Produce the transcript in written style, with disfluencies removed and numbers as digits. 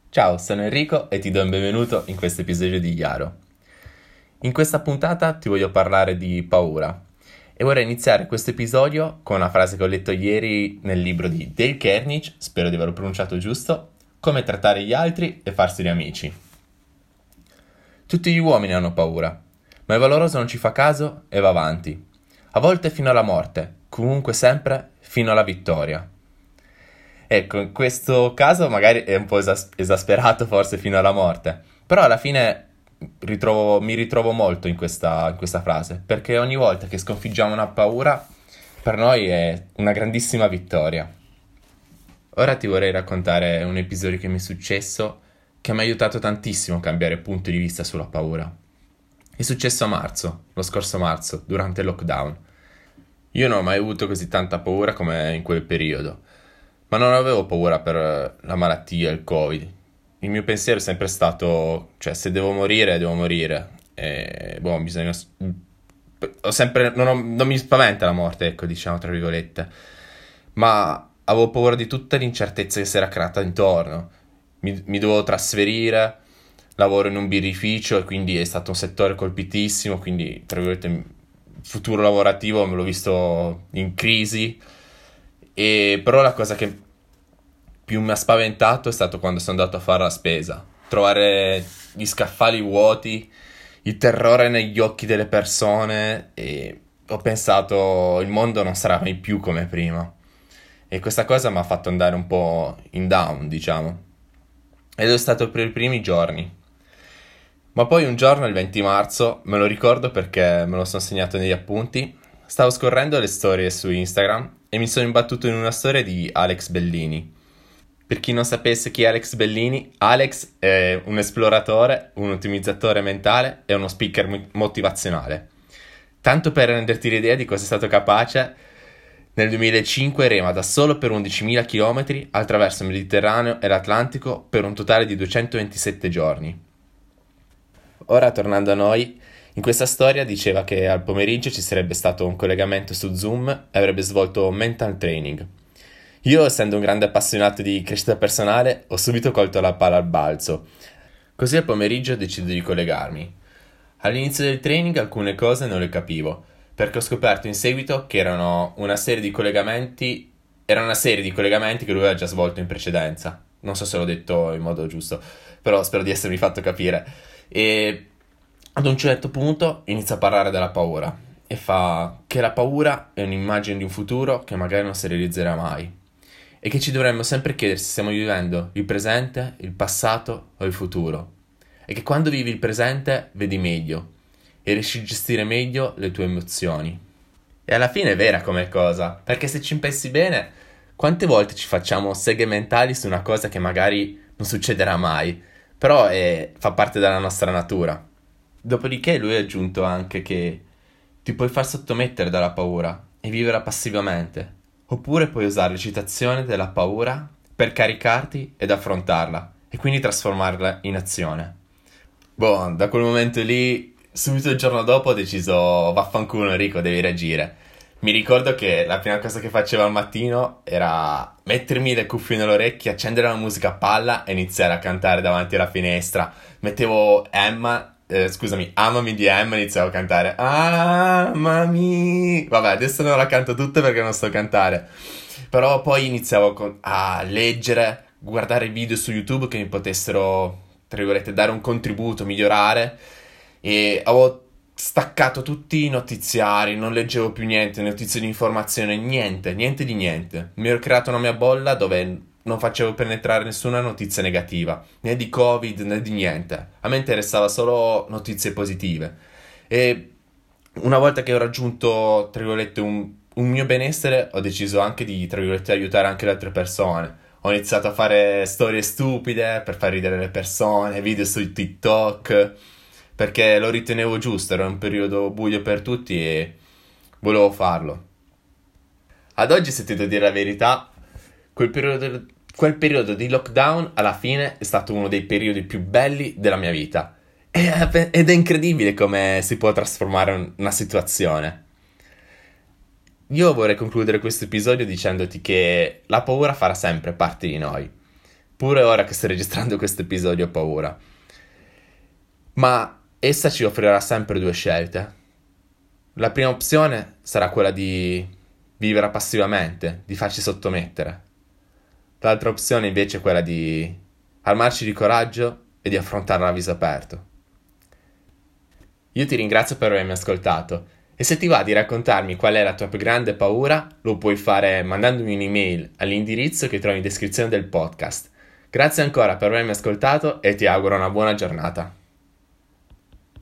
Ciao, sono Enrico e ti do il benvenuto in questo episodio di Iaro. In questa puntata ti voglio parlare di paura e vorrei iniziare questo episodio con una frase che ho letto ieri nel libro di Dale Carnegie, spero di averlo pronunciato giusto, Come trattare gli altri e farseli amici. Tutti gli uomini hanno paura, ma il valoroso non ci fa caso e va avanti, a volte fino alla morte, comunque sempre fino alla vittoria. Ecco, in questo caso magari è un po' esasperato forse fino alla morte, però alla fine mi ritrovo molto in questa frase, perché ogni volta che sconfiggiamo una paura, per noi è una grandissima vittoria. Ora ti vorrei raccontare un episodio che mi è successo, che mi ha aiutato tantissimo a cambiare punto di vista sulla paura. È successo a marzo, lo scorso marzo, durante il lockdown. Io non ho mai avuto così tanta paura come in quel periodo. Ma non avevo paura per la malattia, il Covid. Il mio pensiero è sempre stato, cioè, se devo morire, devo morire. E, boh, bisogna... Ho sempre... non mi spaventa la morte, ecco, diciamo, tra virgolette. Ma avevo paura di tutta l'incertezza che si era creata intorno. Mi dovevo trasferire, lavoro in un birrificio e quindi è stato un settore colpitissimo, quindi, tra virgolette, il futuro lavorativo me l'ho visto in crisi. E però la cosa che più mi ha spaventato è stato quando sono andato a fare la spesa. Trovare gli scaffali vuoti, il terrore negli occhi delle persone e ho pensato il mondo non sarà mai più come prima. E questa cosa mi ha fatto andare un po' in down, diciamo. Ed è stato per i primi giorni. Ma poi un giorno, il 20 marzo, me lo ricordo perché me lo sono segnato negli appunti, stavo scorrendo le storie su Instagram e mi sono imbattuto in una storia di Alex Bellini. Per chi non sapesse chi è Alex Bellini, Alex è un esploratore, un ottimizzatore mentale e uno speaker motivazionale. Tanto per renderti l'idea di cosa è stato capace, nel 2005 rema da solo per 11.000 km attraverso il Mediterraneo e l'Atlantico per un totale di 227 giorni. Ora, tornando a noi, in questa storia diceva che al pomeriggio ci sarebbe stato un collegamento su Zoom e avrebbe svolto mental training. Io, essendo un grande appassionato di crescita personale, ho subito colto la palla al balzo. Così al pomeriggio decido di collegarmi. All'inizio del training alcune cose non le capivo, perché ho scoperto in seguito che era una serie di collegamenti che lui aveva già svolto in precedenza. Non so se l'ho detto in modo giusto, però spero di essermi fatto capire. E ad un certo punto inizia a parlare della paura e fa che la paura è un'immagine di un futuro che magari non si realizzerà mai e che ci dovremmo sempre chiedere se stiamo vivendo il presente, il passato o il futuro e che quando vivi il presente vedi meglio e riesci a gestire meglio le tue emozioni. E alla fine è vera come cosa, perché se ci pensi bene, quante volte ci facciamo seghe mentali su una cosa che magari non succederà mai, però fa parte della nostra natura. Dopodiché lui ha aggiunto anche che ti puoi far sottomettere dalla paura e vivere passivamente, oppure puoi usare l'eccitazione della paura per caricarti ed affrontarla e quindi trasformarla in azione. Boh, da quel momento lì, subito il giorno dopo ho deciso vaffanculo Enrico, devi reagire. Mi ricordo che la prima cosa che facevo al mattino era mettermi le cuffie nelle orecchie, accendere la musica a palla e iniziare a cantare davanti alla finestra. Mettevo Amami di Emma e iniziavo a cantare Amami. Vabbè, adesso non la canto tutta perché non so cantare. Però poi iniziavo a leggere, guardare video su YouTube che mi potessero, tra virgolette, dare un contributo, migliorare. E avevo staccato tutti i notiziari, non leggevo più niente, notizie di informazione, niente di niente. Mi ero creato una mia bolla dove non facevo penetrare nessuna notizia negativa, né di Covid né di niente. A me interessava solo notizie positive. E una volta che ho raggiunto, tra virgolette, un mio benessere, ho deciso anche di, tra virgolette, aiutare anche le altre persone. Ho iniziato a fare storie stupide per far ridere le persone, video su TikTok, perché lo ritenevo giusto, era un periodo buio per tutti e volevo farlo. Ad oggi, se ti devo dire la verità, quel periodo di lockdown alla fine è stato uno dei periodi più belli della mia vita. Ed è incredibile come si può trasformare una situazione. Io vorrei concludere questo episodio dicendoti che la paura farà sempre parte di noi. pure ora che sto registrando questo episodio ho paura. Ma essa ci offrirà sempre due scelte. La prima opzione sarà quella di vivere passivamente, di farci sottomettere. L'altra opzione invece è quella di armarci di coraggio e di affrontarla a viso aperto. Io ti ringrazio per avermi ascoltato e se ti va di raccontarmi qual è la tua più grande paura, lo puoi fare mandandomi un'email all'indirizzo che trovi in descrizione del podcast. Grazie ancora per avermi ascoltato e ti auguro una buona giornata.